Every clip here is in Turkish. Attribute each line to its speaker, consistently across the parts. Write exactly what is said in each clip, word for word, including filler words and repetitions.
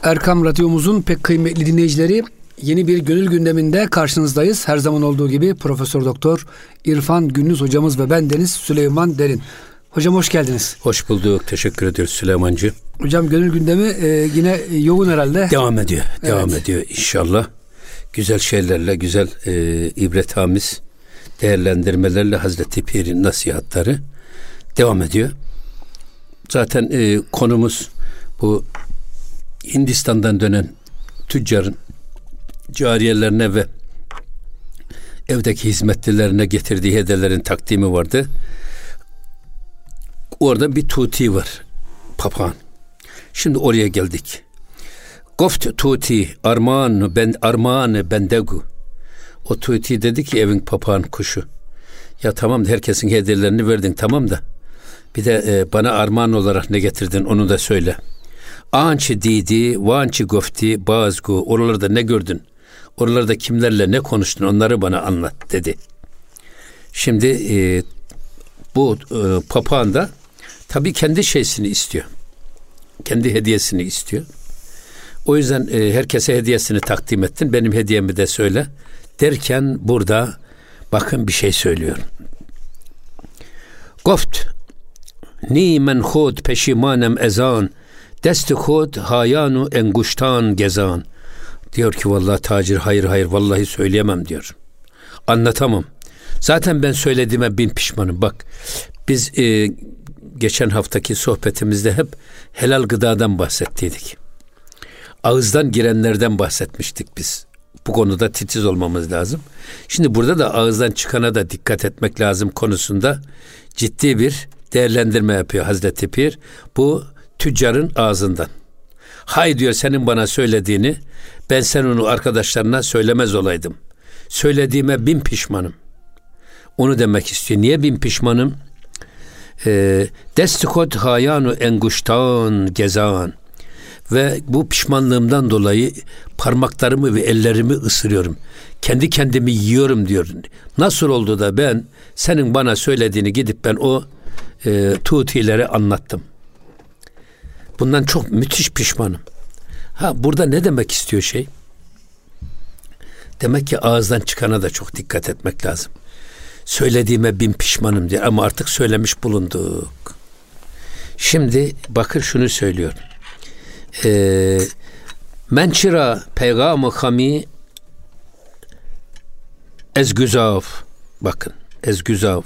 Speaker 1: Erkam Radyomuzun pek kıymetli dinleyicileri, yeni bir gönül gündeminde karşınızdayız. Her zaman olduğu gibi Profesör Doktor İrfan Gündüz hocamız ve ben Deniz Süleyman Derin. Hocam hoş geldiniz.
Speaker 2: Hoş bulduk. Teşekkür ediyoruz Süleymancı.
Speaker 1: Hocam gönül gündemi e, yine yoğun herhalde.
Speaker 2: Devam ediyor.
Speaker 1: Evet.
Speaker 2: Devam ediyor inşallah. Güzel şeylerle, güzel e, ibretamiz değerlendirmelerle Hazreti Pir'in nasihatları devam ediyor. Zaten e, konumuz bu Hindistan'dan dönen tüccarın cariyelerine ve evdeki hizmetlilerine getirdiği hediyelerin takdimi vardı. Orada bir tuti var, papağan. Şimdi oraya geldik. Goft tuti armağan ben armağan bendegu. O tuti dedi ki evin papağan kuşu. Ya tamam da herkesin hediyelerini verdin tamam da bir de e, bana armağan olarak ne getirdin onu da söyle. Ançı didi, vançı gofti, bazgu. Oralarda ne gördün? Oralarda kimlerle ne konuştun? Onları bana anlat dedi. Şimdi e, bu e, papağan da tabii kendi şeysini istiyor. Kendi hediyesini istiyor. O yüzden e, herkese hediyesini takdim ettin. Benim hediyemi de söyle. Derken burada bakın bir şey söylüyor. Goft ni men khod peşimanem ezan dest khod hayanu enguştan gezan. Diyor ki vallahi tacir hayır hayır vallahi söyleyemem diyor. Anlatamam. Zaten ben söylediğime bin pişmanım. Bak biz e, geçen haftaki sohbetimizde hep helal gıdadan bahsettiydik. Ağızdan girenlerden bahsetmiştik biz. Bu konuda titiz olmamız lazım. Şimdi burada da ağızdan çıkana da dikkat etmek lazım konusunda ciddi bir değerlendirme yapıyor Hazreti Pir. Bu tüccarın ağzından. Hay diyor senin bana söylediğini ben sen onu arkadaşlarına söylemez olaydım. Söylediğime bin pişmanım. Onu demek istiyor. Niye bin pişmanım? Destikot hayanu enguştan gezan. Ve bu pişmanlığımdan dolayı parmaklarımı ve ellerimi ısırıyorum. Kendi kendimi yiyorum diyor. Nasıl oldu da ben senin bana söylediğini gidip ben o e, tutilere anlattım. Bundan çok müthiş pişmanım. Ha burada ne demek istiyor şey? Demek ki ağızdan çıkana da çok dikkat etmek lazım. Söylediğime bin pişmanım diyor ama artık söylemiş bulunduk. Şimdi bakın şunu söylüyor. Mençira peygamı hami ezgüzav bakın ezgüzav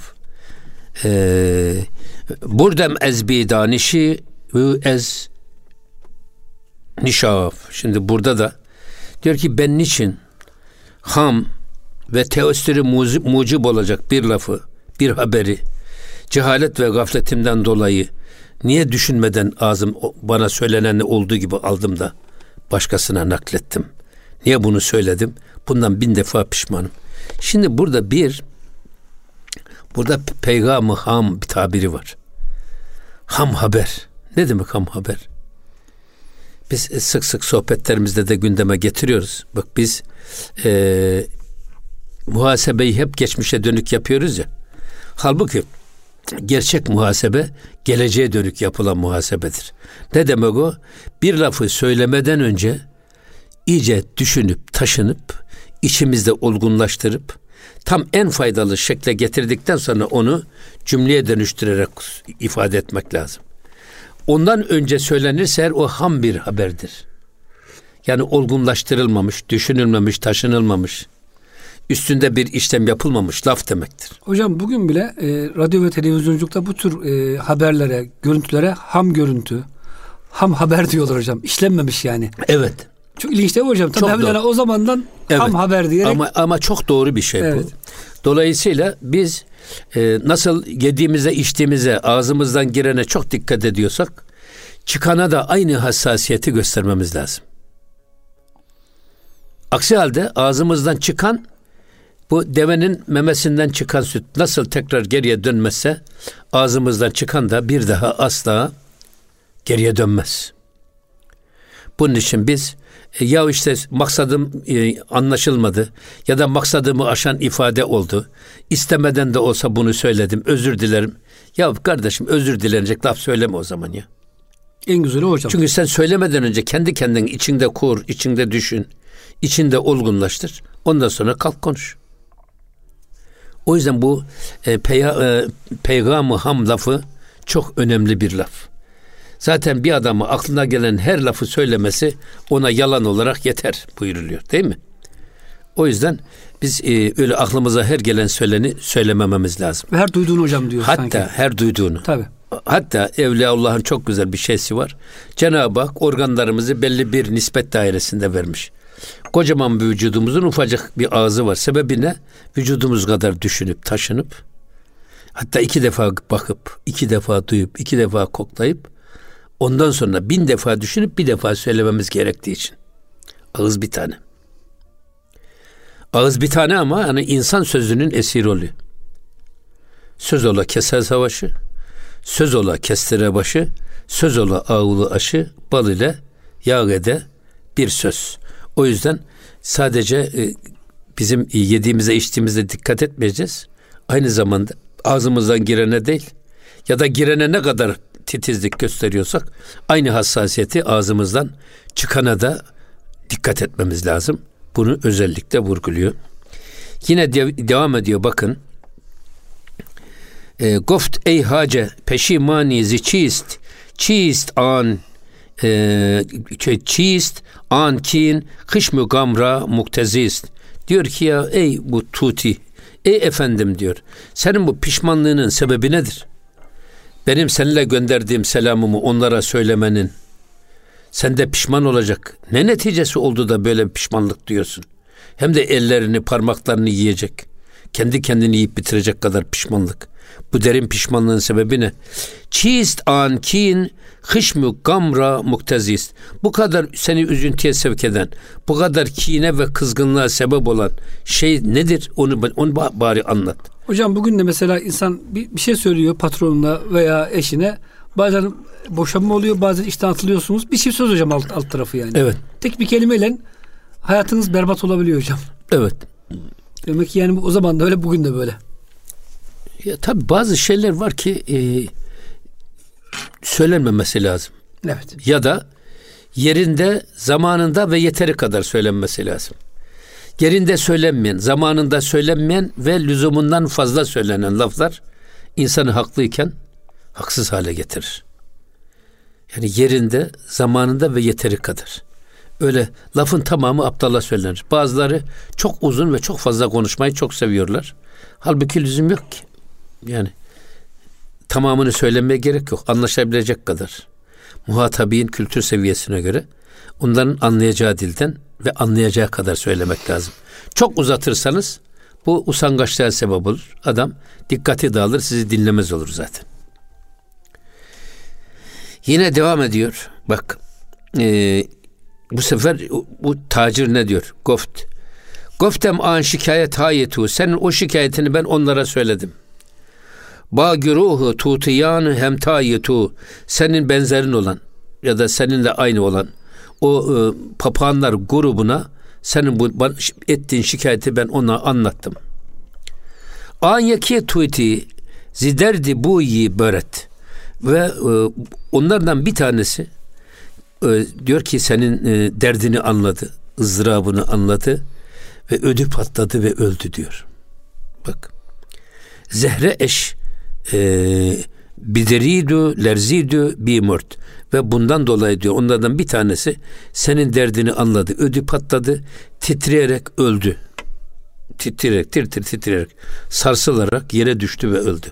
Speaker 2: burdem ezbi danişi ve ez nişav. Şimdi burada da diyor ki ben niçin ham ve teostiri mucib olacak bir lafı, bir haberi cehalet ve gafletimden dolayı niye düşünmeden ağzım bana söylenen olduğu gibi aldım da başkasına naklettim? Niye bunu söyledim? Bundan bin defa pişmanım. Şimdi burada bir, burada peygamı ham bir tabiri var. Ham haber. Ne demek ham haber? Biz sık sık sohbetlerimizde de gündeme getiriyoruz. Bak biz e, muhasebeyi hep geçmişe dönük yapıyoruz ya. Halbuki gerçek muhasebe geleceğe dönük yapılan muhasebedir. Ne demek o? Bir lafı söylemeden önce iyice düşünüp taşınıp içimizde olgunlaştırıp tam en faydalı şekle getirdikten sonra onu cümleye dönüştürerek ifade etmek lazım. Ondan önce söylenirse her o ham bir haberdir. Yani olgunlaştırılmamış, düşünülmemiş, taşınılmamış, üstünde bir işlem yapılmamış laf demektir.
Speaker 1: Hocam bugün bile e, radyo ve televizyonculukta bu tür e, haberlere, görüntülere ham görüntü, ham haber diyorlar hocam. İşlenmemiş yani.
Speaker 2: Evet.
Speaker 1: Çok ilginç değil mi hocam? Tabii hemen o zamandan evet. Ham haber diyerek.
Speaker 2: Ama, ama çok doğru bir şey evet. Bu. Dolayısıyla biz e, nasıl yediğimize, içtiğimize, ağzımızdan girene çok dikkat ediyorsak çıkana da aynı hassasiyeti göstermemiz lazım. Aksi halde ağzımızdan çıkan bu devenin memesinden çıkan süt nasıl tekrar geriye dönmezse ağzımızdan çıkan da bir daha asla geriye dönmez. Bunun için biz e, ya işte maksadım e, anlaşılmadı ya da maksadımı aşan ifade oldu. İstemeden de olsa bunu söyledim. Özür dilerim. Ya kardeşim özür dilenecek laf söyleme o zaman ya.
Speaker 1: En güzeli o hocam.
Speaker 2: Çünkü sen söylemeden önce kendi kendin içinde kur, içinde düşün, içinde olgunlaştır. Ondan sonra kalk konuş. O yüzden bu e, peya, e, peygam-ı ham lafı çok önemli bir laf. Zaten bir adamı aklına gelen her lafı söylemesi ona yalan olarak yeter buyuruluyor, değil mi? O yüzden biz e, öyle aklımıza her gelen söyleni söylemememiz lazım.
Speaker 1: Ve her duyduğunu hocam diyor
Speaker 2: Hatta
Speaker 1: sanki.
Speaker 2: her duyduğunu.
Speaker 1: Tabii.
Speaker 2: Hatta Evliyaullah'ın çok güzel bir şeysi var. Cenab-ı Hak organlarımızı belli bir nispet dairesinde vermiş. Kocaman bir vücudumuzun ufacık bir ağzı var. Sebebi ne? Vücudumuz kadar düşünüp taşınıp, hatta iki defa bakıp, iki defa duyup, iki defa koklayıp, ondan sonra bin defa düşünüp bir defa söylememiz gerektiği için. Ağız bir tane. Ağız bir tane ama hani insan sözünün esiri oluyor. Söz ola keser savaşı, söz ola kestire başı, söz ola ağılı aşı, bal ile yağ ede bir söz. O yüzden sadece e, bizim yediğimize içtiğimize dikkat etmeyeceğiz. Aynı zamanda ağzımızdan girene değil ya da girene ne kadar titizlik gösteriyorsak aynı hassasiyeti ağzımızdan çıkana da dikkat etmemiz lazım. Bunu özellikle vurguluyor. Yine de, devam ediyor bakın. E, Goft ey hace peşimani zi çiist çiist an e, çiist an kin kışmü gamra muktezist. Diyor ki ya ey bu tuti, ey efendim diyor, senin bu pişmanlığının sebebi nedir? Benim seninle gönderdiğim selamımı onlara söylemenin sende pişman olacak ne neticesi oldu da böyle bir pişmanlık diyorsun? Hem de ellerini parmaklarını yiyecek, kendi kendini yiyip bitirecek kadar pişmanlık. Bu derin pişmanlığın sebebi ne? Çiist an kin hışmü gamra muktezist. Bu kadar seni üzüntüye sevk eden, bu kadar kine ve kızgınlığa sebep olan şey nedir? Onu onu bari anlat.
Speaker 1: Hocam bugün de mesela insan bir, bir şey söylüyor patronuna veya eşine. Bazen boşanma oluyor, bazen işten atılıyorsunuz. Bir şey söz hocam alt, alt tarafı yani.
Speaker 2: Evet.
Speaker 1: Tek bir kelimeyle hayatınız berbat olabiliyor hocam.
Speaker 2: Evet.
Speaker 1: Demek ki yani o zaman da öyle, bugün de böyle.
Speaker 2: Ya tabii bazı şeyler var ki e, söylenmemesi lazım.
Speaker 1: Evet.
Speaker 2: Ya da yerinde, zamanında ve yeteri kadar söylenmesi lazım. Yerinde söylenmeyen, zamanında söylenmeyen ve lüzumundan fazla söylenen laflar insanı haklıyken haksız hale getirir. Yani yerinde, zamanında ve yeteri kadar. Öyle lafın tamamı aptala söylenir. Bazıları çok uzun ve çok fazla konuşmayı çok seviyorlar. Halbuki lüzum yok ki. Yani tamamını söylemeye gerek yok. Anlaşabilecek kadar. Muhatabin kültür seviyesine göre onların anlayacağı dilden ve anlayacağı kadar söylemek lazım. Çok uzatırsanız bu usangaçlığa sebep olur. Adam dikkati dağılır, sizi dinlemez olur zaten. Yine devam ediyor. Bak e, bu sefer bu tacir ne diyor? Goft. Goftem an şikayet hayetu. Senin o şikayetini ben onlara söyledim. Ba güruhu tutiyanı hem tayetu. Senin benzerin olan ya da seninle aynı olan o e, papağanlar grubuna senin bu ettiğin şikayeti ben ona anlattım. An yeki tuti ziderdi bu yi böret. Ve e, onlardan bir tanesi e, diyor ki senin e, derdini anladı, ızdırabını anladı ve ödü patladı ve öldü diyor. Bak. Zehre eş e, bideridu lerzidu bimurt. Ve bundan dolayı diyor onlardan bir tanesi senin derdini anladı, ödü patladı, titreyerek öldü. Titreyerek, tir tir titreyerek, sarsılarak yere düştü ve öldü.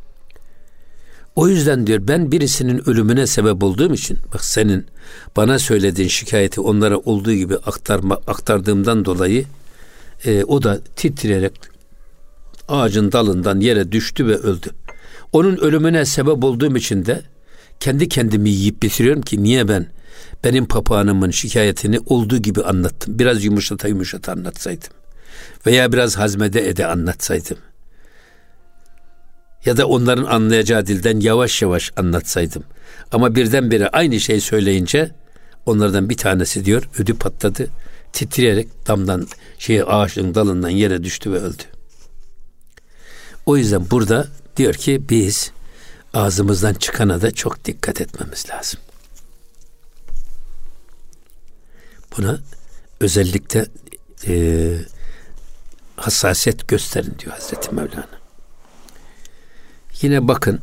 Speaker 2: O yüzden diyor ben birisinin ölümüne sebep olduğum için, bak senin bana söylediğin şikayeti onlara olduğu gibi aktarma, aktardığımdan dolayı e, o da titreyerek ağacın dalından yere düştü ve öldü. Onun ölümüne sebep olduğum için de kendi kendimi yiyip bitiriyorum ki niye ben benim papağanımın şikayetini olduğu gibi anlattım. Biraz yumuşata yumuşata anlatsaydım. Veya biraz hazmede ede anlatsaydım. Ya da onların anlayacağı dilden yavaş yavaş anlatsaydım. Ama birdenbire aynı şeyi söyleyince onlardan bir tanesi diyor ödü patladı. Titreyerek damdan şey ağaçın dalından yere düştü ve öldü. O yüzden burada diyor ki biz ağzımızdan çıkana da çok dikkat etmemiz lazım. Buna özellikle e, hassasiyet gösterin diyor Hazreti Mevlana. Yine bakın,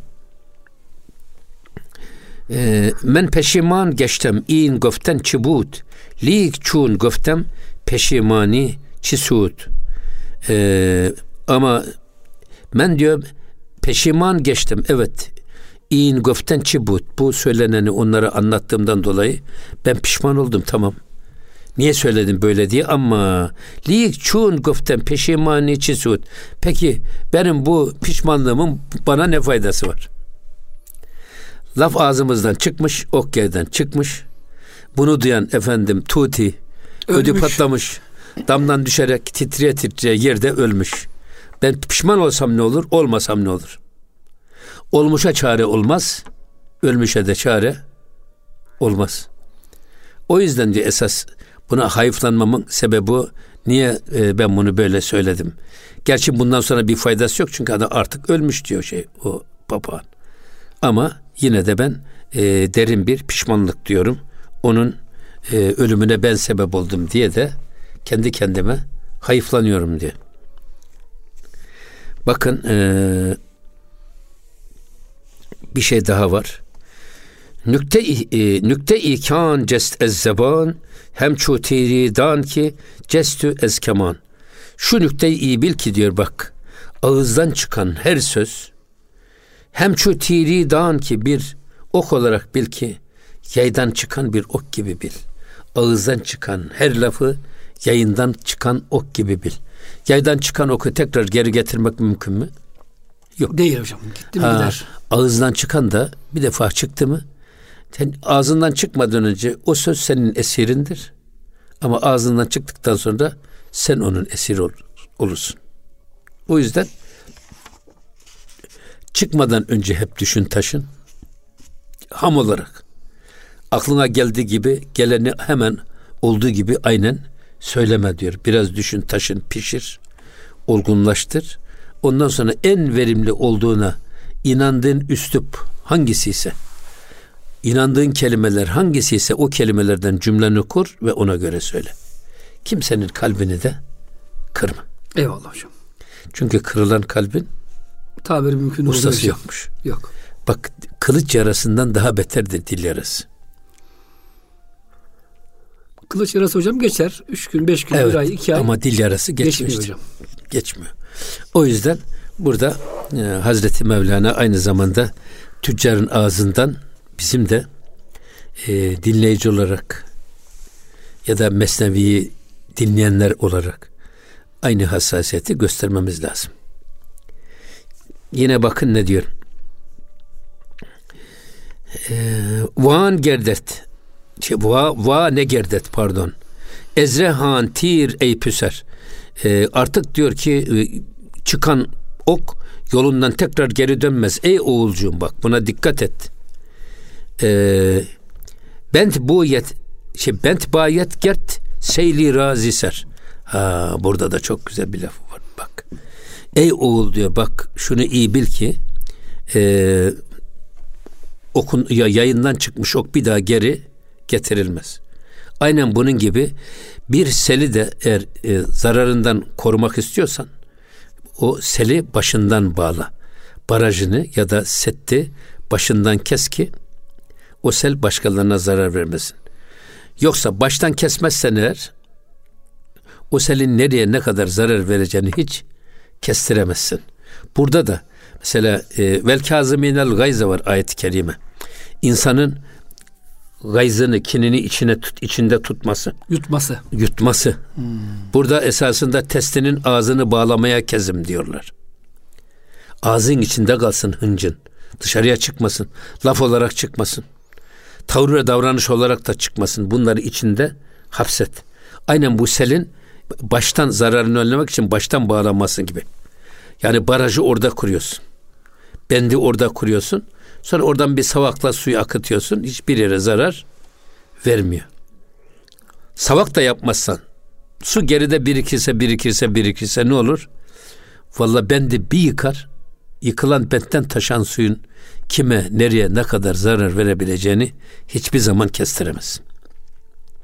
Speaker 2: e, men peşiman geçtem in goften çibut lik çun goftem peşimani çisut. E, ama ben diyor peşiman geçtim, evet, in goften çibut, bu söyleneni onlara anlattığımdan dolayı ben pişman oldum, tamam. Niye söyledim böyle diye, ama lik çun goften peşimani çisut. Peki benim bu pişmanlığımın bana ne faydası var? Laf ağzımızdan çıkmış, ok yerden çıkmış. Bunu duyan efendim Tuti ölmüş. Ödü patlamış. Damdan düşerek titreye titreye yerde ölmüş. Ben pişman olsam ne olur, olmasam ne olur? Olmuşa çare olmaz, ölmüşe de çare olmaz. O yüzden diyor esas buna hayıflanmamın sebebi o. Niye e, ben bunu böyle söyledim? Gerçi bundan sonra bir faydası yok, çünkü adam artık ölmüş diyor şey o papağan. Ama yine de ben e, derin bir pişmanlık diyorum. Onun e, ölümüne ben sebep oldum diye de kendi kendime hayıflanıyorum diye. Bakın e, bir şey daha var. Nükte e, nükte ikan cest ez zeban hem çutiridan ki cestü ez keman. Şu nükteyi iyi bil ki diyor bak, ağızdan çıkan her söz hem çutiridan ki bir ok olarak bil ki yaydan çıkan bir ok gibi bil. Ağızdan çıkan her lafı yayından çıkan ok gibi bil. Yaydan çıkan oku tekrar geri getirmek mümkün mü? Yok.
Speaker 1: Değil hocam. Gitti mi
Speaker 2: ha,
Speaker 1: gider.
Speaker 2: Ağızdan çıkan da bir defa çıktı mı, sen ağzından çıkmadan önce o söz senin esirindir. Ama ağzından çıktıktan sonra sen onun esiri ol, olursun. O yüzden çıkmadan önce hep düşün taşın. Ham olarak. Aklına geldiği gibi, geleni hemen olduğu gibi aynen söyleme diyor. Biraz düşün, taşın, pişir, olgunlaştır. Ondan sonra en verimli olduğuna inandığın üslup hangisiyse, inandığın kelimeler hangisiyse o kelimelerden cümleni kur ve ona göre söyle. Kimsenin kalbini de kırma.
Speaker 1: Eyvallah hocam.
Speaker 2: Çünkü kırılan kalbin
Speaker 1: tabiri mümkün
Speaker 2: ustası yokmuş.
Speaker 1: Yok.
Speaker 2: Bak, kılıç yarasından daha beterdir dil yarası.
Speaker 1: Kılıç yarası hocam geçer. Üç gün, beş gün,
Speaker 2: evet,
Speaker 1: bir ay, iki ay.
Speaker 2: Ama dil yarası geçmiyor hocam. Geçmiyor. O yüzden burada e, Hazreti Mevlana aynı zamanda tüccarın ağzından bizim de e, dinleyici olarak ya da Mesnevi'yi dinleyenler olarak aynı hassasiyeti göstermemiz lazım. Yine bakın ne diyor. Van gerdet şey, va, va ne gerdet pardon. Ezrehan tir ey püser. E, artık diyor ki e, çıkan ok yolundan tekrar geri dönmez. Ey oğulcuğum bak, buna dikkat et. E, bent bu yet şey bent bayet gert seyli raziser. Ha, burada da çok güzel bir laf var. Bak. Ey oğul diyor, bak şunu iyi bil ki e, okun ya yayından çıkmış ok bir daha geri getirilmez. Aynen bunun gibi bir seli de eğer e, zararından korumak istiyorsan o seli başından bağla. Barajını ya da setti başından kes ki o sel başkalarına zarar vermesin. Yoksa baştan kesmezsen eğer o selin nereye ne kadar zarar vereceğini hiç kestiremezsin. Burada da mesela e, vel kâzimînel gayze var ayet-i kerime. İnsanın gayzını, kinini içine tut, içinde tutması.
Speaker 1: Yutması.
Speaker 2: Yutması. Hmm. Burada esasında testinin ağzını bağlamaya kezim diyorlar. Ağzın içinde kalsın hıncın. Dışarıya çıkmasın. Laf olarak çıkmasın. Tavır ve davranış olarak da çıkmasın. Bunları içinde hapset. Aynen bu selin baştan zararını önlemek için baştan bağlanması gibi. Yani barajı orada kuruyorsun. Bendi orada kuruyorsun. Sonra oradan bir savakla suyu akıtıyorsun. Hiçbir yere zarar vermiyor. Savak da yapmazsan, su geride birikirse birikirse birikirse ne olur? Vallahi bendi bir yıkar. Yıkılan bentten taşan suyun kime, nereye, ne kadar zarar verebileceğini hiçbir zaman kestiremez.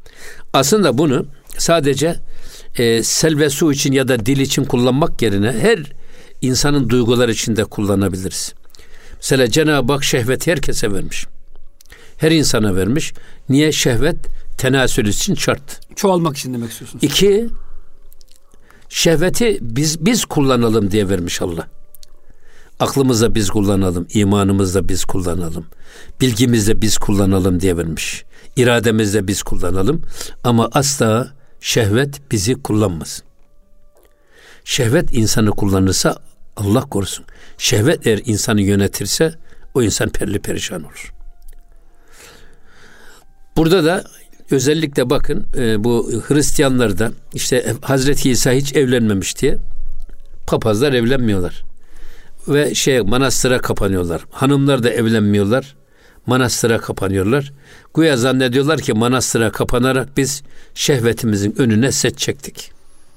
Speaker 2: Aslında bunu sadece e, sel ve su için ya da dil için kullanmak yerine her insanın duyguları için de kullanabiliriz. Mesela Cenab-ı Hak şehveti herkese vermiş. Her insana vermiş. Niye? Şehvet tenasül için şart.
Speaker 1: Çoğalmak için demek istiyorsunuz.
Speaker 2: İki, şehveti biz biz kullanalım diye vermiş Allah. Aklımızla biz kullanalım, imanımızla biz kullanalım, bilgimizle biz kullanalım diye vermiş. İrademizle biz kullanalım ama asla şehvet bizi kullanmasın. Şehvet insanı kullanırsa Allah korusun. Şehvet eğer insanı yönetirse o insan perli perişan olur. Burada da özellikle bakın e, bu Hristiyanlarda işte Hazreti İsa hiç evlenmemiş diye papazlar evlenmiyorlar. Ve şey manastıra kapanıyorlar. Hanımlar da evlenmiyorlar. Manastıra kapanıyorlar. Güya zannediyorlar ki manastıra kapanarak biz şehvetimizin önüne set çektik.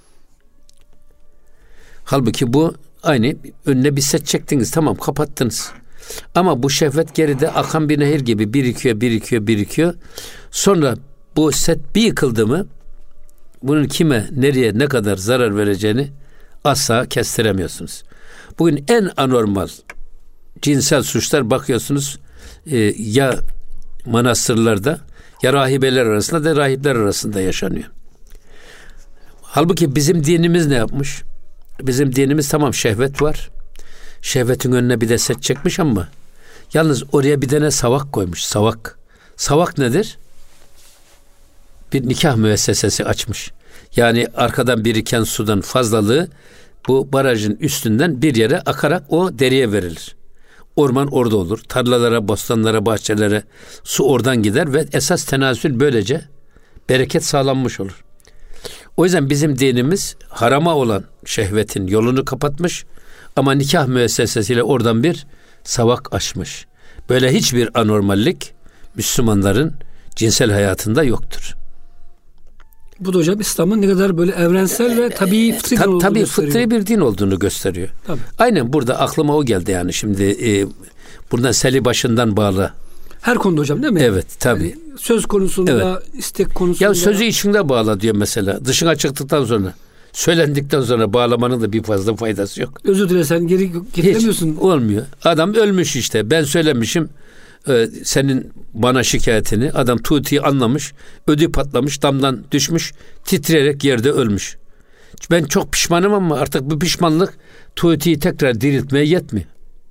Speaker 2: Halbuki bu aynı önüne bir set çektiniz. Tamam, kapattınız. Ama bu şehvet geride akan bir nehir gibi birikiyor, birikiyor, birikiyor. Sonra bu set bir yıkıldı mı bunun kime, nereye, ne kadar zarar vereceğini asla kestiremiyorsunuz. Bugün en anormal cinsel suçlar bakıyorsunuz e, ya manastırlarda ya rahibeler arasında da rahipler arasında yaşanıyor. Halbuki bizim dinimiz ne yapmış? Bizim dinimiz tamam şehvet var. Şehvetin önüne bir de set çekmiş ama yalnız oraya bir tane savak koymuş. Savak. Savak nedir? Bir nikah müessesesi açmış. Yani arkadan biriken sudan fazlalığı bu barajın üstünden bir yere akarak o dereye verilir. Orman orada olur. Tarlalara, bostanlara, bahçelere su oradan gider ve esas tenasül böylece bereket sağlanmış olur. O yüzden bizim dinimiz harama olan şehvetin yolunu kapatmış ama nikah müessesesiyle oradan bir savak açmış. Böyle hiçbir anormallik Müslümanların cinsel hayatında yoktur.
Speaker 1: Bu da hocam İslam'ın ne kadar böyle evrensel ve tabii fıtri,
Speaker 2: Ta,
Speaker 1: olduğunu
Speaker 2: tabii
Speaker 1: gösteriyor.
Speaker 2: fıtri bir din olduğunu gösteriyor.
Speaker 1: Tabii.
Speaker 2: Aynen burada aklıma o geldi yani şimdi e, buradan seli başından bağlı.
Speaker 1: Her konuda hocam değil mi?
Speaker 2: Evet tabii.
Speaker 1: Yani söz konusunda,
Speaker 2: Evet.
Speaker 1: istek konusunda.
Speaker 2: Ya sözü içinde bağla diyor mesela. Dışına çıktıktan sonra, söylendikten sonra bağlamanın da bir fazla faydası yok.
Speaker 1: Özür dilesen geri getiremiyorsun.
Speaker 2: Hiç olmuyor. Adam ölmüş işte. Ben söylemişim e, senin bana şikayetini. Adam tuğtiyi anlamış. Ödü patlamış. Damdan düşmüş. Titreyerek yerde ölmüş. Ben çok pişmanım ama artık bu pişmanlık tuğtiyi tekrar diriltmeye yetmiyor.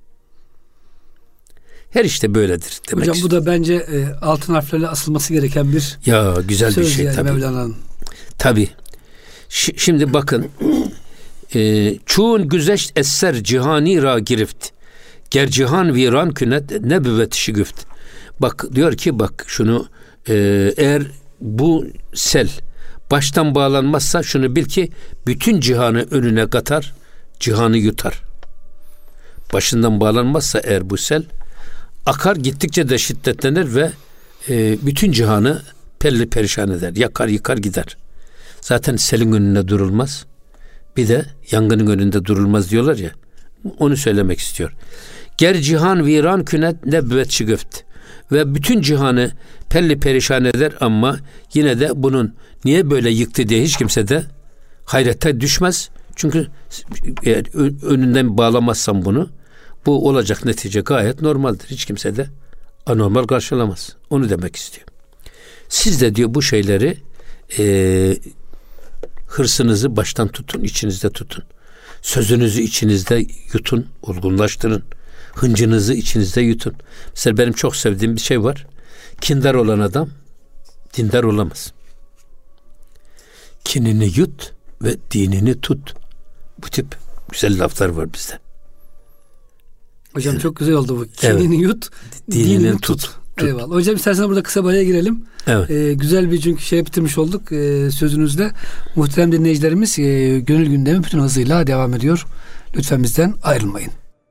Speaker 2: Her işte böyledir demek.
Speaker 1: Hocam bu da bence e, altın harflerle asılması gereken bir
Speaker 2: ya güzel
Speaker 1: söz
Speaker 2: bir şey
Speaker 1: yani
Speaker 2: tabii.
Speaker 1: Mevlana'nın.
Speaker 2: Tabii. Ş- şimdi bakın e, çoğun güzeşt esser cihani ra girift ger cihan viran künet nebüvvet şigüft. Bak diyor ki bak şunu e, eğer bu sel baştan bağlanmazsa şunu bil ki bütün cihanı önüne katar, cihanı yutar. Başından bağlanmazsa eğer bu sel akar, gittikçe de şiddetlenir ve e, bütün cihanı perli perişan eder. Yakar yıkar gider. Zaten selin önünde durulmaz. Bir de yangının önünde durulmaz diyorlar ya. Onu söylemek istiyor. Ger cihan viran künet nebüvvet şigöft. Ve bütün cihanı perli perişan eder ama yine de bunun niye böyle yıktı diye hiç kimse de hayrete düşmez. Çünkü eğer önünden bağlamazsam bunu, bu olacak netice gayet normaldir. Hiç kimse de anormal karşılamaz. Onu demek istiyor. Siz de diyor bu şeyleri e, hırsınızı baştan tutun, içinizde tutun. Sözünüzü içinizde yutun, olgunlaştırın. Hıncınızı içinizde yutun. Mesela benim çok sevdiğim bir şey var. Kindar olan adam dindar olamaz. Kinini yut ve dinini tut. Bu tip güzel laflar var bizde.
Speaker 1: Hocam
Speaker 2: Evet.
Speaker 1: çok güzel oldu bu. Kinini
Speaker 2: Evet.
Speaker 1: yut,
Speaker 2: Dinini,
Speaker 1: dinini
Speaker 2: tut.
Speaker 1: tut.
Speaker 2: tut.
Speaker 1: Eyvallah. Hocam istersen burada kısa bir araya girelim.
Speaker 2: Evet.
Speaker 1: Ee, güzel bir çünkü şey bitirmiş olduk e, sözünüzde. Muhterem dinleyicilerimiz e, gönül gündemi bütün hızıyla devam ediyor. Lütfen bizden ayrılmayın.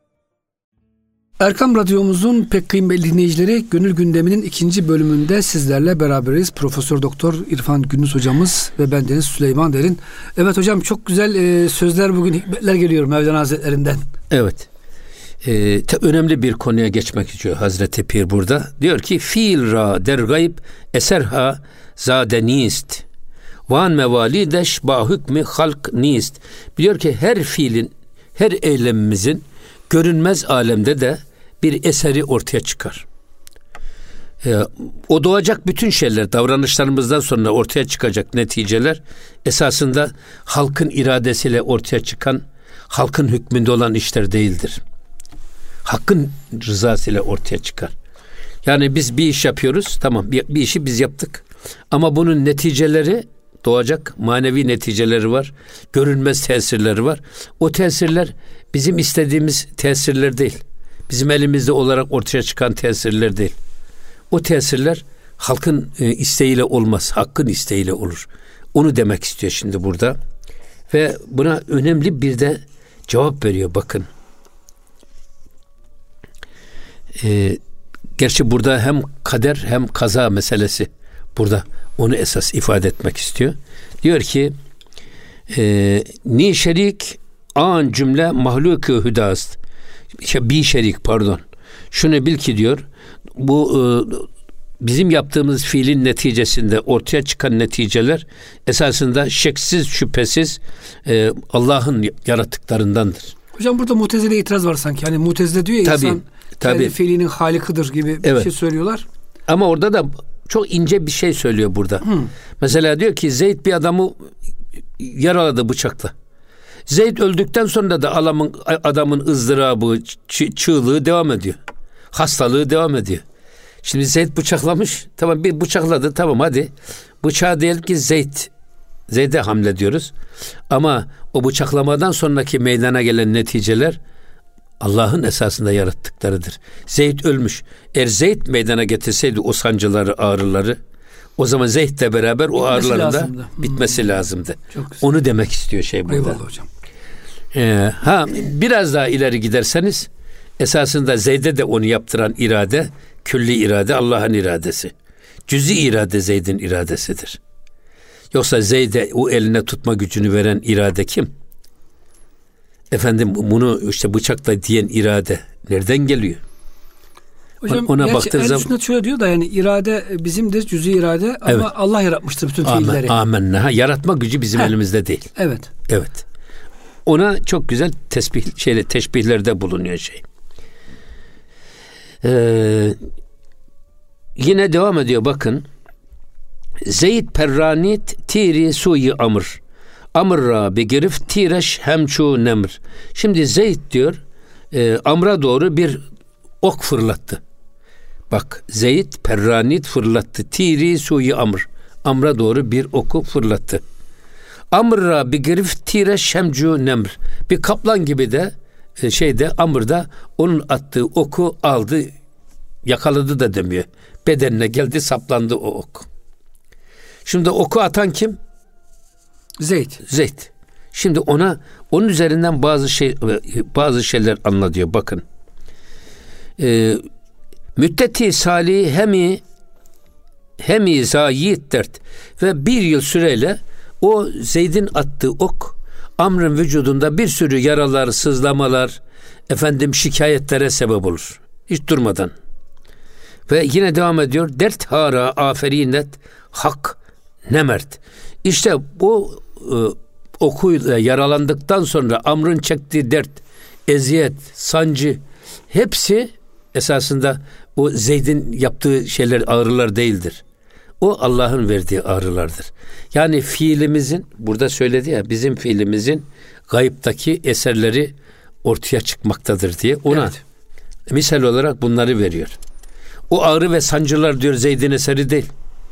Speaker 1: Erkam Radyomuzun pek kıymetli dinleyicileri, Gönül Gündemi'nin ikinci bölümünde sizlerle beraberiz. Profesör Doktor İrfan Gündüz hocamız ve bendeniz Süleyman Derin. Evet hocam, çok güzel e, sözler, bugün hikmetler geliyor Mevlana Hazretlerinden. Evet.
Speaker 2: Ee, önemli bir konuya geçmek istiyor Hazreti Pir burada. Diyor ki fiil ra der gayb eserha zade nist. Van mevalideş ba hükmü halk nist. Biliyor ki her fiilin, her eylemimizin görünmez alemde de bir eseri ortaya çıkar. Ee, o doğacak bütün şeyler, davranışlarımızdan sonra ortaya çıkacak neticeler esasında halkın iradesiyle ortaya çıkan, halkın hükmünde olan işler değildir. Hakkın rızasıyla ortaya çıkar. Yani biz bir iş yapıyoruz, tamam, bir, bir işi biz yaptık. Ama bunun neticeleri doğacak, manevi neticeleri var, görünmez tesirleri var. O tesirler bizim istediğimiz tesirler değil. Bizim elimizde olarak ortaya çıkan tesirler değil. O tesirler halkın e, isteğiyle olmaz, hakkın isteğiyle olur. Onu demek istiyor şimdi burada. Ve buna önemli bir de cevap veriyor, bakın. E, gerçi burada hem kader hem kaza meselesi burada onu esas ifade etmek istiyor. Diyor ki e, ni şerik an cümle mahluk-ı hüdast. Bir şerik pardon. Şunu bil ki diyor, bu e, bizim yaptığımız fiilin neticesinde ortaya çıkan neticeler esasında şeksiz şüphesiz e, Allah'ın yarattıklarındandır.
Speaker 1: Hocam burada Mutezile'ye itiraz var sanki. Hani Mutezile diyor ya,
Speaker 2: tabii,
Speaker 1: insan
Speaker 2: tabii.
Speaker 1: kendi fiilinin halikidir gibi bir
Speaker 2: evet.
Speaker 1: şey söylüyorlar.
Speaker 2: Ama orada da çok ince bir şey söylüyor burada. Hmm. Mesela diyor ki Zeyd bir adamı yaraladı bıçakla. Zeyd öldükten sonra da adamın, adamın ızdırabı, ç- çığlığı devam ediyor. Hastalığı devam ediyor. Şimdi Zeyd bıçaklamış. Tamam, bir bıçakladı. Tamam, hadi. Bıçağı diyelim ki Zeyd. Zeyd'e hamle diyoruz. Ama o bıçaklamadan sonraki meydana gelen neticeler Allah'ın esasında yarattıklarıdır. Zeyd ölmüş. Eğer Zeyd meydana getirseydi o sancıları, ağrıları, o zaman Zeyd'le beraber o ağrıların da bitmesi hmm. lazımdı. Onu demek istiyor şey burada.
Speaker 1: Eyvallah hocam.
Speaker 2: Ee, ha biraz daha ileri giderseniz esasında Zeyd'e de onu yaptıran irade, külli irade Allah'ın iradesi. Cüz'i irade Zeyd'in iradesidir. Yoksa Zeyd'e o eline tutma gücünü veren irade kim? Efendim bunu işte bıçakla diyen irade nereden geliyor?
Speaker 1: Hocam
Speaker 2: ona baktığı zaman
Speaker 1: sünnet şöyle diyor da, yani irade bizimdir, cüz'i irade, ama evet. Allah yaratmıştır bütün fiilleri.
Speaker 2: Amen. Ha, yaratma gücü bizim Heh. elimizde değil.
Speaker 1: Evet.
Speaker 2: Evet. Ona çok güzel tesbih şeyle teşbihlerde bulunuyor şey. Ee, yine devam ediyor, bakın. Zeyd perranit tiri suyi amr. Amrra begirif tireş hemçu nemr. Şimdi Zeyd diyor e, Amr'a doğru bir ok fırlattı. Bak, Zeyd perranit fırlattı. Tiri suyi amr. Amr'a doğru bir oku fırlattı. Amrra begirif tireş hemçu nemr. Bir kaplan gibi de e, şeyde Amr'da onun attığı oku aldı, yakaladı da demiyor. Bedenine geldi, saplandı o ok. Şimdi oku atan kim?
Speaker 1: Zeyd.
Speaker 2: Zeyd. Şimdi ona onun üzerinden bazı şey bazı şeyler anlatıyor. Bakın. Ee, müddeti salih hemi hemi zayit dert ve bir yıl süreyle o Zeyd'in attığı ok Amr'ın vücudunda bir sürü yaralar, sızlamalar, efendim şikayetlere sebep olur. Hiç durmadan. Ve yine devam ediyor. Dert hara aferinet hak nemert. İşte bu e, okuyla yaralandıktan sonra Amr'ın çektiği dert, eziyet, sancı hepsi esasında o Zeyd'in yaptığı şeyler, ağrılar değildir. O Allah'ın verdiği ağrılardır. Yani fiilimizin, burada söyledi ya, bizim fiilimizin gayiptaki eserleri ortaya çıkmaktadır diye ona evet. misal olarak bunları veriyor. O ağrı ve sancılar diyor Zeyd'in eseri değil.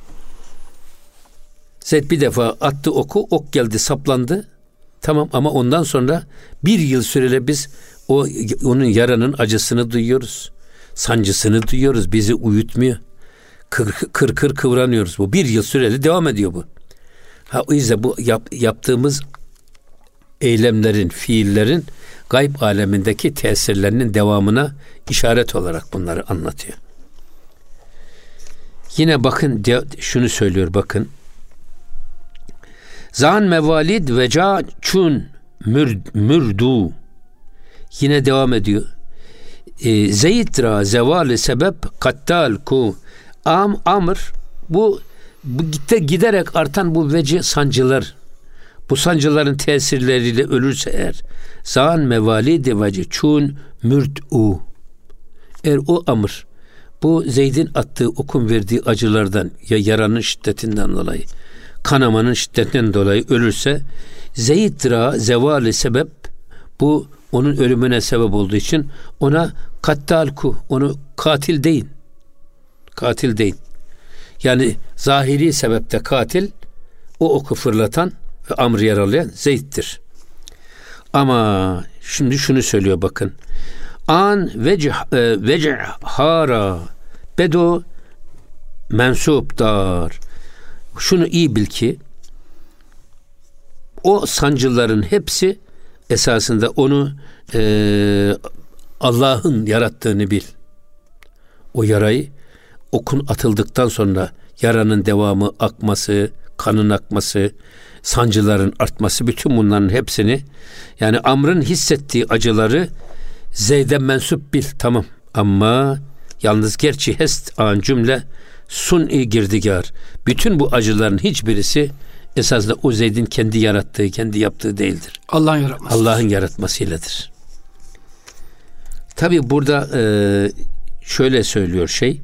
Speaker 2: Zeyd bir defa attı oku, ok geldi, saplandı. Tamam, ama ondan sonra bir yıl süreyle biz o onun yaranın acısını duyuyoruz. Sancısını duyuyoruz. Bizi uyutmuyor. Kır kır, kır kıvranıyoruz. Bu bir yıl süreli devam ediyor bu. Ha, o yüzden bu yap, yaptığımız eylemlerin, fiillerin gayb alemindeki tesirlerinin devamına işaret olarak bunları anlatıyor. Yine bakın şunu söylüyor, bakın. Zan mevalid veca çun mürdu. Yine devam ediyor. E, Zeyd ra zevali sebep kattal ku am amr, bu bu gitte giderek artan bu veci sancılar, bu sancıların tesirleriyle ölürse eğer, zan mevalidi veci çun mürt'u. Eğer o Amr bu Zeyd'in attığı okun verdiği acılardan, ya yaranın şiddetinden dolayı, kanamanın şiddetinden dolayı ölürse, Zeyd'ra zevali sebep, bu onun ölümüne sebep olduğu için ona kattalku, onu katil deyin. Katil deyin. Yani zahiri sebepte katil, o oku fırlatan ve Amr'ı yaralayan Zeyd'dir. Ama şimdi şunu söylüyor bakın. An vechhara bedo mensupdar. Şunu iyi bil ki o sancıların hepsi esasında onu e, Allah'ın yarattığını bil. O yarayı okun atıldıktan sonra yaranın devamı, akması, kanın akması, sancıların artması, bütün bunların hepsini, yani Amr'ın hissettiği acıları Zeyd'e mensup bil, tamam, ama yalnız gerçi hest an cümle sun'i girdigar, bütün bu acıların hiçbirisi esasında o Zeyd'in kendi yarattığı, kendi yaptığı değildir.
Speaker 1: Allah'ın yaratması.
Speaker 2: Allah'ın yaratmasıyladır. Tabi burada e, şöyle söylüyor şey,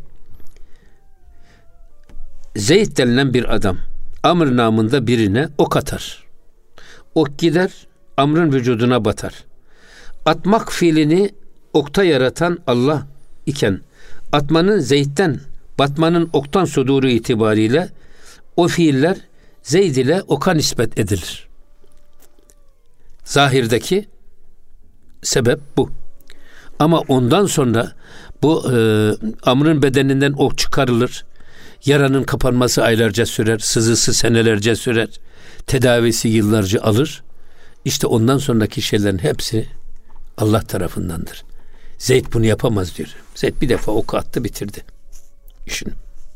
Speaker 2: Zeyd denilen bir adam Amr namında birine ok atar. Ok gider, Amr'ın vücuduna batar. Atmak fiilini okta yaratan Allah iken, atmanın Zeyd'den, batmanın oktan suduru itibariyle o fiiller Zeyd ile oka nispet edilir. Zahirdeki sebep bu. Ama ondan sonra bu e, Amr'ın bedeninden ok çıkarılır. Yaranın kapanması aylarca sürer, sızısı senelerce sürer, tedavisi yıllarca alır. İşte ondan sonraki şeylerin hepsi Allah tarafındandır. Zeyd bunu yapamaz diyor. Zeyd bir defa oku attı, bitirdi işini.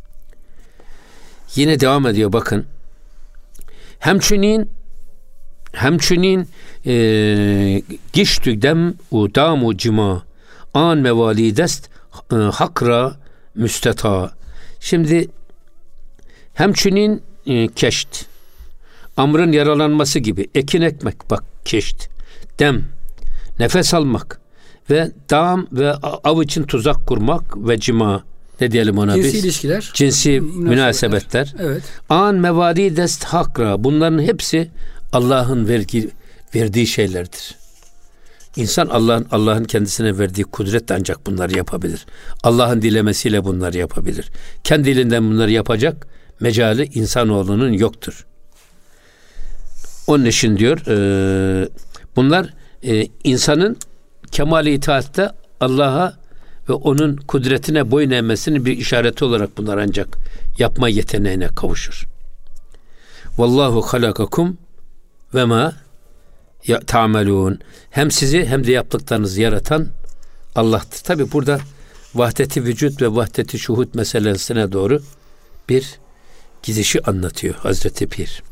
Speaker 2: Yine devam ediyor bakın. Hemçinin hemçinin e, giştü dem u damu cima an mevalidest e, hakra müsteta. Şimdi hemçinin e, keşt, Amr'ın yaralanması gibi, ekin ekmek, bak keşt, dem, nefes almak ve dam ve av için tuzak kurmak ve cima, ne diyelim ona
Speaker 1: cinsi
Speaker 2: biz?
Speaker 1: Cinsi ilişkiler.
Speaker 2: Cinsi münasebetler.
Speaker 1: Evet.
Speaker 2: An mevadi dest hakra, bunların hepsi Allah'ın vergi, verdiği şeylerdir. İnsan Allah'ın Allah'ın kendisine verdiği kudretle ancak bunları yapabilir. Allah'ın dilemesiyle bunları yapabilir. Kendiliğinden bunları yapacak mecali insanoğlunun yoktur. Onun için diyor e, bunlar e, insanın kemal-i itaatte Allah'a ve onun kudretine boyun eğmesinin bir işareti olarak bunlar ancak yapma yeteneğine kavuşur. Vallahu halakakum ve ma ya ta'melun. Hem sizi hem de yaptıklarınızı yaratan Allah'tır. Tabi burada vahdeti vücut ve vahdeti şuhud meselesine doğru bir gidişi anlatıyor Hazreti Pir.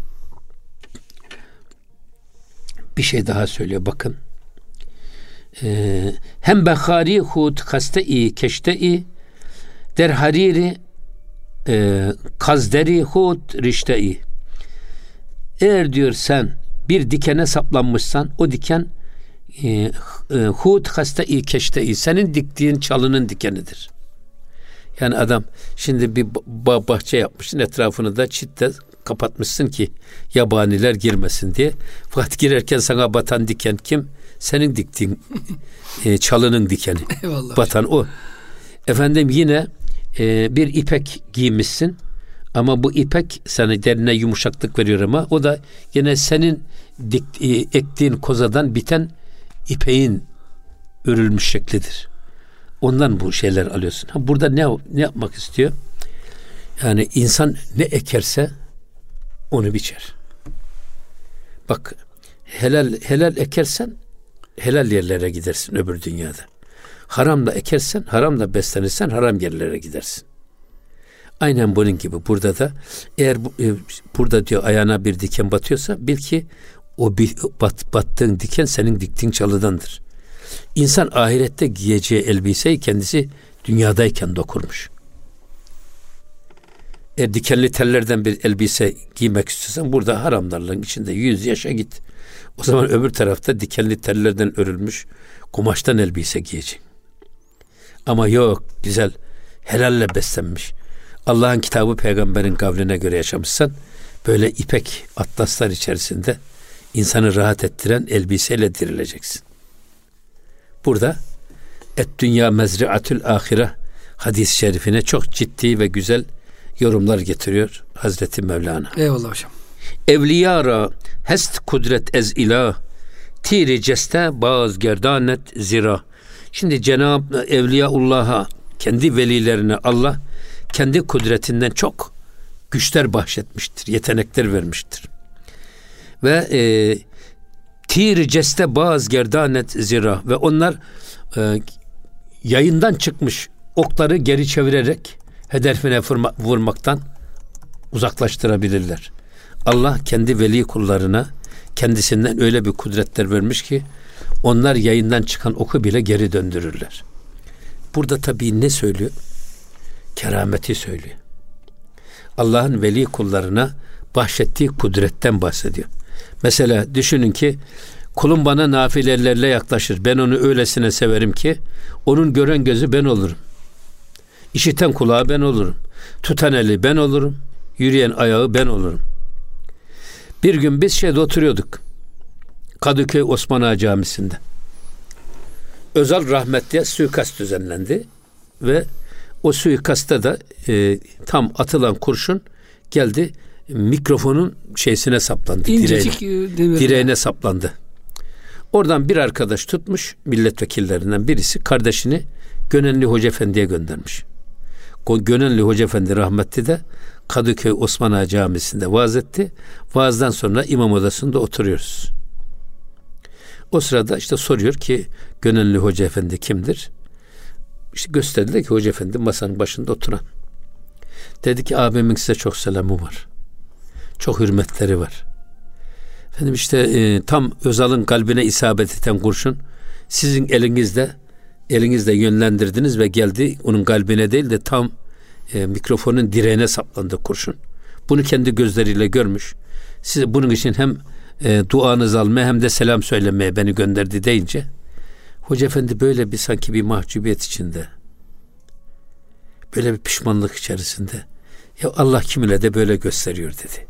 Speaker 2: Bir şey daha söylüyor bakın. Ee, hem Bukhari hud kaste-i keşte-i der hariri e, kazderi hud rişte-i. Eğer diyor sen bir dikene saplanmışsan, o diken e, e, hud kaste-i keşte-i, senin diktiğin çalının dikenidir. Yani adam şimdi bir bah- bahçe yapmışsın, etrafını da çitle kapatmışsın ki yabaniler girmesin diye. Fakat girerken sana batan diken kim? Senin diktiğin e, çalının dikeni.
Speaker 1: Eyvallah.
Speaker 2: Batan o. Efendim yine e, bir ipek giymişsin ama bu ipek sana derine yumuşaklık veriyor ama o da yine senin dik, e, ektiğin kozadan biten ipeğin örülmüş şeklidir. Ondan bu şeyler alıyorsun. Ha, burada ne ne yapmak istiyor? Yani insan ne ekerse onu biçer. Bak helal helal ekersen helal yerlere gidersin öbür dünyada. Haram da ekersen, haram da beslenirsen haram yerlere gidersin. Aynen bunun gibi burada da eğer bu, e, burada diyor ayağına bir diken batıyorsa bil ki o bir, bat, battığın diken senin diktiğin çalıdandır. İnsan ahirette giyeceği elbiseyi kendisi dünyadayken dokurmuş. Eğer dikenli tellerden bir elbise giymek istiyorsan burada haramdarlığın içinde yüz yaşa git. O zaman öbür tarafta dikenli tellerden örülmüş kumaştan elbise giyeceksin. Ama yok, güzel, helalle beslenmiş, Allah'ın kitabı peygamberin kavline göre yaşamışsan böyle ipek atlaslar içerisinde insanı rahat ettiren elbiseyle dirileceksin. Burada et dünya mezriatül ahire hadis-i şerifine çok ciddi ve güzel yorumlar getiriyor Hazreti Mevlana.
Speaker 1: Eyvallah hocam.
Speaker 2: Evliyara hest kudret ez ilah tiri ceste baz gerdanet zira. Şimdi Cenab-ı Evliyaullah'a, kendi velilerine Allah kendi kudretinden çok güçler bahşetmiştir, yetenekler vermiştir. Ve e, tir ceste baz gerdanet zira ve onlar e, yayından çıkmış okları geri çevirerek hedefine vurma, vurmaktan uzaklaştırabilirler. Allah kendi veli kullarına kendisinden öyle bir kudretler vermiş ki onlar yayından çıkan oku bile geri döndürürler. Burada tabii ne söylüyor? Kerameti söylüyor. Allah'ın veli kullarına bahşettiği kudretten bahsediyor. Mesela düşünün ki kulum bana nafilelerle yaklaşır. Ben onu öylesine severim ki onun gören gözü ben olurum. İşiten kulağı ben olurum. Tutan eli ben olurum. Yürüyen ayağı ben olurum. Bir gün biz şeyde oturuyorduk. Kadıköy Osman Ağa Camisi'nde. Özal rahmetliye suikast düzenlendi ve o suikasta da e, tam atılan kurşun geldi mikrofonun şeysine saplandı.
Speaker 1: İncecik
Speaker 2: direğine, direğine saplandı. Oradan bir arkadaş tutmuş, milletvekillerinden birisi kardeşini Gönenli Hoca Efendi'ye göndermiş. Gönenli Hoca Efendi rahmetli de Kadıköy Osman Ağa Camisi'nde vaaz etti. Vaazdan sonra imam odasında oturuyoruz. O sırada işte soruyor ki Gönenli Hoca Efendi kimdir? İşte gösterdi ki Hoca Efendi masanın başında oturan. Dedi ki abimin size çok selamı var. Çok hürmetleri var. Efendim işte e, tam Özal'ın kalbine isabet eden kurşun sizin elinizde elinizde yönlendirdiniz ve geldi onun kalbine değil de tam e, mikrofonun direğine saplandı kurşun. Bunu kendi gözleriyle görmüş. Size bunun için hem e, duanızı almaya hem de selam söylemeye beni gönderdi deyince Hoca Efendi böyle bir sanki bir mahcubiyet içinde, böyle bir pişmanlık içerisinde, ya Allah kimine de böyle gösteriyor dedi.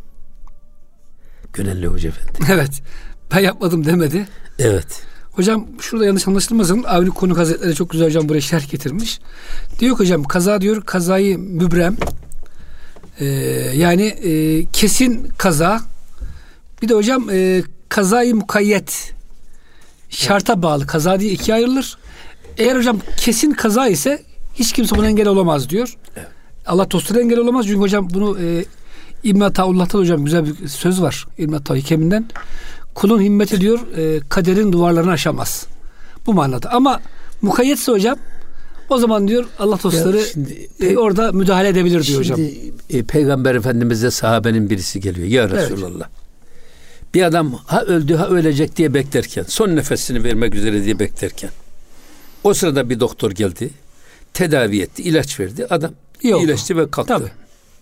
Speaker 2: Gönenli Hoca Efendi.
Speaker 1: Evet. Ben yapmadım demedi.
Speaker 2: Evet.
Speaker 1: Hocam şurada yanlış anlaşılmasın. Avni Konuk Hazretleri çok güzel hocam buraya şerh getirmiş. Diyor ki hocam kaza diyor kazayı mübrem ee, yani e, kesin kaza, bir de hocam e, kazayı mukayyet, şarta bağlı kaza diye ikiye ayrılır. Eğer hocam kesin kaza ise hiç kimse buna engel olamaz diyor.
Speaker 2: Evet.
Speaker 1: Allah dostuna engel olamaz. Çünkü hocam bunu e, İbn-i Ataullah'ta hocam güzel bir söz var. İbn-i Ataullah hikeminden. Kulun himmeti diyor e, kaderin duvarlarını aşamaz. Bu manada. Ama mukayyetse hocam o zaman diyor Allah dostları şimdi, e, orada müdahale edebilir diyor hocam.
Speaker 2: Şimdi e, Peygamber Efendimiz'e sahabenin birisi geliyor. Ya Resulallah. Evet. Bir adam ha öldü ha ölecek diye beklerken, son nefesini vermek üzere diye beklerken o sırada bir doktor geldi. Tedavi etti, ilaç verdi. Adam İyi iyileşti ve kalktı. Tabii.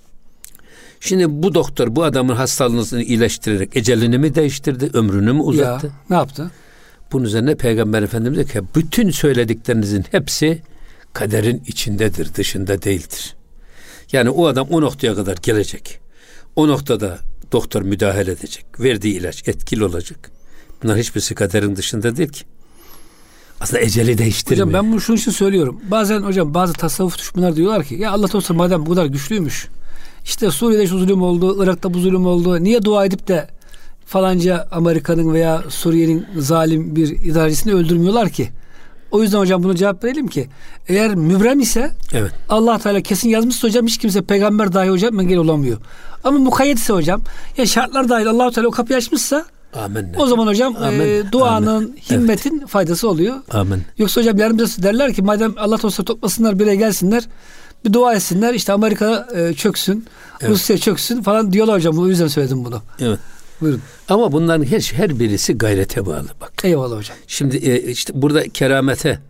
Speaker 2: Şimdi bu doktor bu adamın hastalığını iyileştirerek ecelini mi değiştirdi, ömrünü mü uzattı?
Speaker 1: Ya, ne yaptı?
Speaker 2: Bunun üzerine Peygamber Efendimiz diyor ki bütün söylediklerinizin hepsi kaderin içindedir, dışında değildir. Yani o adam o noktaya kadar gelecek. O noktada doktor müdahale edecek. Verdiği ilaç etkili olacak. Bunlar hiçbirisi kaderin dışında değil ki. Aslında eceli değiştirmiyor.
Speaker 1: Hocam ben bunu şunun için söylüyorum. Bazen hocam bazı tasavvuf düşmanlar diyorlar ki ya Allah dostları madem bu kadar güçlüymüş, İşte Suriye'de şu zulüm oldu, Irak'ta bu zulüm oldu. Niye dua edip de falanca Amerika'nın veya Suriye'nin zalim bir idarecisini öldürmüyorlar ki? O yüzden hocam bunu cevap verelim ki eğer mübrem ise evet. Allah Teala kesin yazmışsa hocam hiç kimse peygamber dahi hocam engel olamıyor. Ama mukayyet ise hocam ya şartlar dahil Allah Teala o kapıyı açmışsa Amin. O zaman hocam e, duanın, Amin. himmetin evet. faydası oluyor. Amin. Yoksa hocam yarın bize derler ki madem Allah dostları toplasınlar bir yere gelsinler bir dua etsinler işte Amerika e, çöksün, evet. Rusya çöksün falan diyorlar hocam. O yüzden söyledim bunu.
Speaker 2: Evet.
Speaker 1: Buyurun.
Speaker 2: Ama bunların her her birisi gayrete bağlı bak.
Speaker 1: Eyvallah hocam.
Speaker 2: Şimdi e, işte burada keramete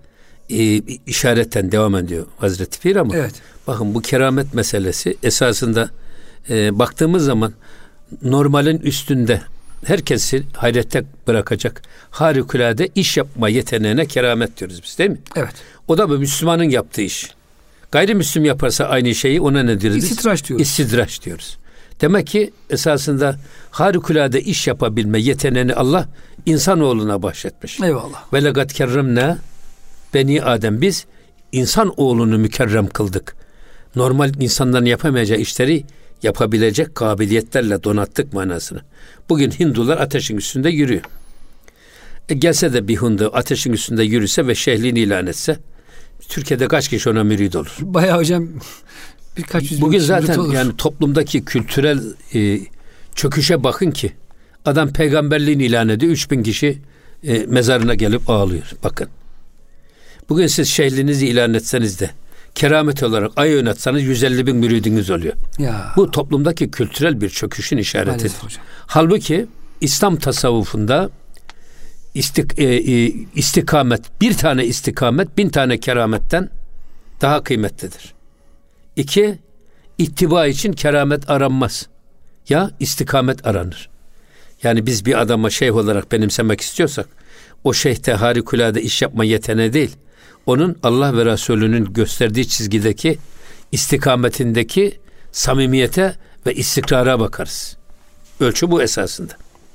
Speaker 2: e, işaretten devam ediyor Hazreti Pir ama
Speaker 1: evet.
Speaker 2: bakın bu keramet meselesi esasında e, baktığımız zaman normalin üstünde herkesi hayrette bırakacak harikulade iş yapma yeteneğine keramet diyoruz biz, değil mi?
Speaker 1: Evet.
Speaker 2: O da bu Müslümanın yaptığı iş. Gayrimüslim yaparsa aynı şeyi ona ne diyoruz?
Speaker 1: İstidraç diyoruz.
Speaker 2: İstidraç diyoruz. Demek ki esasında harikulade iş yapabilme yeteneğini Allah insanoğluna bahşetmiş.
Speaker 1: Eyvallah.
Speaker 2: Ve legat kerremne beni Adem, biz insan oğlunu mükerrem kıldık. Normal insanların yapamayacağı işleri yapabilecek kabiliyetlerle donattık manasını. Bugün Hindular ateşin üstünde yürüyor. E gelse de bir Hindu ateşin üstünde yürüse ve şeyhliğini ilan etse, Türkiye'de kaç kişi ona mürid olur?
Speaker 1: Bayağı hocam birkaç yüz
Speaker 2: Bugün
Speaker 1: bin
Speaker 2: zaten
Speaker 1: olur.
Speaker 2: yani toplumdaki kültürel e, çöküşe bakın ki adam peygamberliğini ilan ediyor. Üç bin kişi e, mezarına gelip ağlıyor. Bakın. Bugün siz şeyhliğinizi ilan etseniz de keramet olarak ay oynatsanız yüz elli bin müridiniz oluyor.
Speaker 1: Ya.
Speaker 2: Bu toplumdaki kültürel bir çöküşün işaretidir. Halbuki İslam tasavvufunda istik, e, e, istikamet, bir tane istikamet bin tane kerametten daha kıymetlidir. İki, ittiba için keramet aranmaz. Ya istikamet aranır. Yani biz bir adama şeyh olarak benimsemek istiyorsak o şeyhte harikulade iş yapma yeteneği değil, onun Allah ve Resulünün gösterdiği çizgideki istikametindeki samimiyete ve istikrara bakarız. Ölçü bu esasında.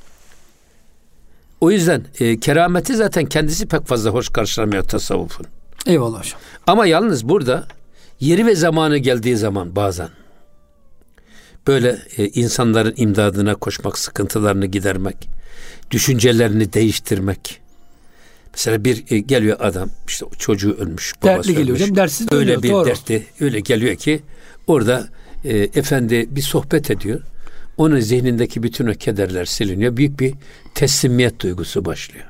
Speaker 2: O yüzden e, kerameti zaten kendisi pek fazla hoş karşılamıyor tasavvufun.
Speaker 1: Eyvallah hocam.
Speaker 2: Ama yalnız burada yeri ve zamanı geldiği zaman bazen böyle e, insanların imdadına koşmak, sıkıntılarını gidermek, düşüncelerini değiştirmek. Mesela bir e, geliyor adam, işte çocuğu ölmüş, babası
Speaker 1: dertli geliyor
Speaker 2: ölmüş.
Speaker 1: hocam, dertsiz
Speaker 2: öyle
Speaker 1: ölüyor,
Speaker 2: bir
Speaker 1: doğru.
Speaker 2: dertli, öyle geliyor ki orada e, efendi bir sohbet ediyor. Onun zihnindeki bütün o kederler siliniyor. Büyük bir teslimiyet duygusu başlıyor.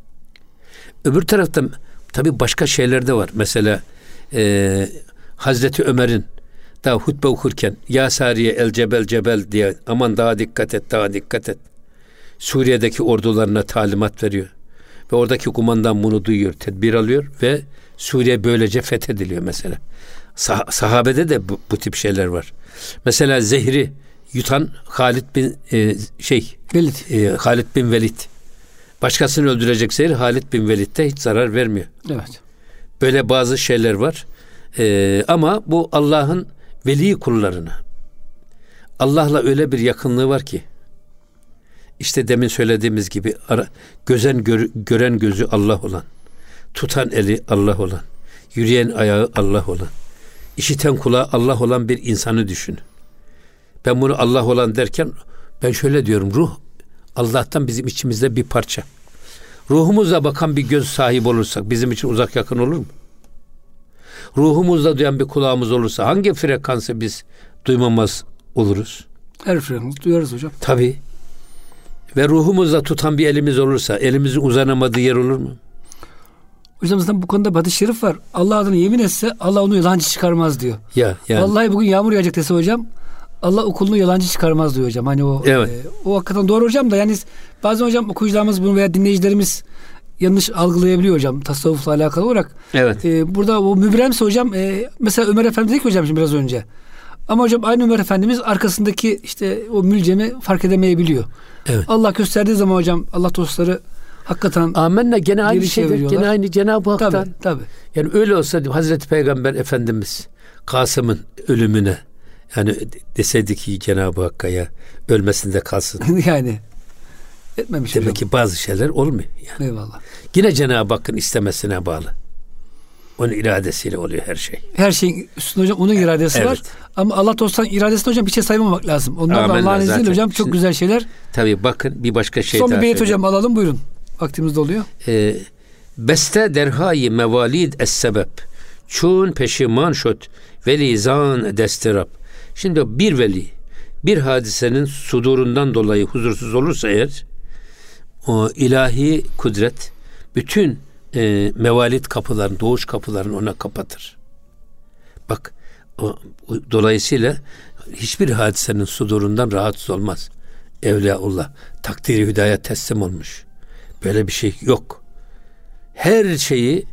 Speaker 2: Öbür taraftan tabii başka şeyler de var. Mesela e, Hazreti Ömer'in daha hutbe okurken ya Sariye el cebel cebel diye aman daha dikkat et, daha dikkat et. Suriye'deki ordularına talimat veriyor. Ve oradaki kumandan bunu duyuyor, tedbir alıyor ve Suriye böylece fethediliyor mesela. Sah- sahabede de bu, bu tip şeyler var. Mesela zehri yutan Halid bin e, şey
Speaker 1: Velid.
Speaker 2: E, Halid bin Velid. Başkasını öldürecek zehir Halid bin Velid'de hiç zarar vermiyor.
Speaker 1: Evet.
Speaker 2: Böyle bazı şeyler var. E, ama bu Allah'ın veli kullarına. Allah'la öyle bir yakınlığı var ki işte demin söylediğimiz gibi ara, gözen gör, gören gözü Allah olan, tutan eli Allah olan, yürüyen ayağı Allah olan, işiten kulağı Allah olan bir insanı düşün. Ben bunu Allah olan derken ben şöyle diyorum, ruh Allah'tan bizim içimizde bir parça. Ruhumuzla bakan bir göz sahibi olursak bizim için uzak yakın olur mu? Ruhumuzla duyan bir kulağımız olursa hangi frekansı biz duymamaz oluruz?
Speaker 1: Her frekansı duyarız hocam.
Speaker 2: Tabii. Ve ruhumuzla tutan bir elimiz olursa elimizin uzanamadığı yer olur mu?
Speaker 1: Hocam zaten bu konuda bir hadis-i şerif var. Allah adına yemin etse Allah onu yalancı çıkarmaz diyor.
Speaker 2: Ya, yani.
Speaker 1: Vallahi bugün yağmur yağacak dese hocam Allah okulunu yalancı çıkarmaz diyor hocam. Hani o
Speaker 2: evet.
Speaker 1: e, o hakikaten doğru hocam da yani bazen hocam okuyucularımız bunu veya dinleyicilerimiz yanlış algılayabiliyor hocam tasavvufla alakalı olarak.
Speaker 2: Evet.
Speaker 1: E, burada o mübremse hocam e, mesela Ömer Efendi dedik hocam şimdi biraz önce. Ama hocam aynı Ömer Efendimiz arkasındaki işte o mülcemi fark edemeyebiliyor.
Speaker 2: Evet.
Speaker 1: Allah gösterdiği zaman hocam Allah dostları hakikaten
Speaker 2: amenna gene aynı şeydir. Gene aynı Cenab-ı Hak'tan.
Speaker 1: Tabii, tabii.
Speaker 2: Yani öyle olsa Hazreti Peygamber Efendimiz Kasım'ın ölümüne yani deseydi ki Cenab-ı Hakk'a ya ölmesinde kalsın.
Speaker 1: yani etmemiş
Speaker 2: Demek
Speaker 1: hocam.
Speaker 2: ki bazı şeyler olmuyor. Yani.
Speaker 1: Eyvallah.
Speaker 2: Yine Cenab-ı Hakk'ın istemesine bağlı. Onun iradesiyle oluyor her şey.
Speaker 1: Her şeyin üstünde hocam onun iradesi
Speaker 2: evet.
Speaker 1: var. Ama Allah dostlarının iradesini hocam bir şey saymamak lazım. Ondan da Allah'ın izniyle hocam çok
Speaker 2: Şimdi,
Speaker 1: güzel şeyler.
Speaker 2: Tabii bakın bir başka şey
Speaker 1: Son
Speaker 2: daha
Speaker 1: bir beyit
Speaker 2: söyleyeyim.
Speaker 1: hocam alalım buyurun. Vaktimiz doluyor.
Speaker 2: Ee, beste derhayi mevalid es sebep. Çun peşiman şot veli zan destirap. Şimdi bir veli bir hadisenin sudurundan dolayı huzursuz olursa eğer o ilahi kudret bütün e, mevalit kapılarını, doğuş kapılarını ona kapatır. Bak o, o, dolayısıyla hiçbir hadisenin sudurundan rahatsız olmaz. Evliyaullah takdiri hidayet teslim olmuş. Böyle bir şey yok. Her şeyi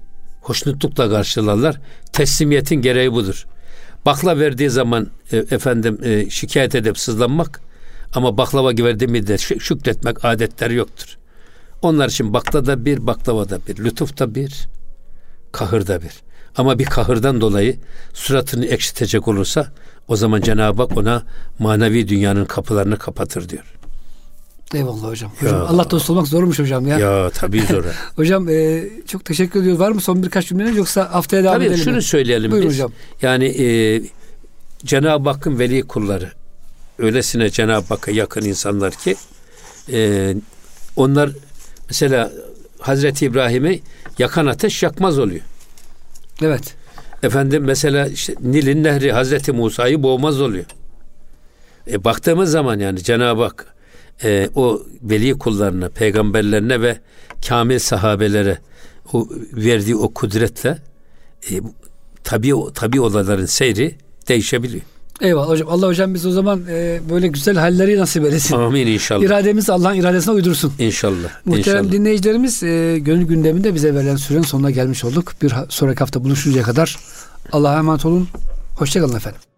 Speaker 2: hoşnutlukla karşılarlar. Teslimiyetin gereği budur. Bakla verdiği zaman e, efendim e, şikayet edip sızlanmak, ama baklava verdiği müddet şükretmek adetleri yoktur. Onlar için bakla da bir, baklava da bir, lütuf da bir, kahır da bir. Ama bir kahırdan dolayı suratını ekşitecek olursa, o zaman Cenab-ı Hak ona manevi dünyanın kapılarını kapatır diyor.
Speaker 1: Eyvallah hocam. hocam Allah dostu olmak zormuş hocam ya.
Speaker 2: Ya tabii zor.
Speaker 1: Hocam e, çok teşekkür ediyoruz. Var mı son birkaç cümleniz, yoksa haftaya devam
Speaker 2: tabii
Speaker 1: edelim mi?
Speaker 2: Şunu söyleyelim
Speaker 1: Buyurun
Speaker 2: biz.
Speaker 1: hocam.
Speaker 2: Yani e, Cenab-ı Hakk'ın veli kulları öylesine Cenab-ı Hakk'a yakın insanlar ki e, onlar mesela Hazreti İbrahim'i yakan ateş yakmaz oluyor.
Speaker 1: Evet.
Speaker 2: Efendim mesela işte Nil'in nehri Hazreti Musa'yı boğmaz oluyor. E, baktığımız zaman yani Cenab-ı Hak e, o veli kullarına, peygamberlerine ve kamil sahabelere o verdiği o kudretle e, tabi tabi olayların seyri değişebiliyor.
Speaker 1: Eyvallah hocam. Allah hocam biz o zaman e, böyle güzel halleri nasip eylesin.
Speaker 2: Amin inşallah.
Speaker 1: İrademiz Allah'ın iradesine uydursun.
Speaker 2: İnşallah.
Speaker 1: Muhterem
Speaker 2: inşallah.
Speaker 1: dinleyicilerimiz, e, gönül gündeminde bize verilen sürenin sonuna gelmiş olduk. Bir sonraki hafta buluşuncaya kadar Allah'a emanet olun. Hoşça kalın efendim.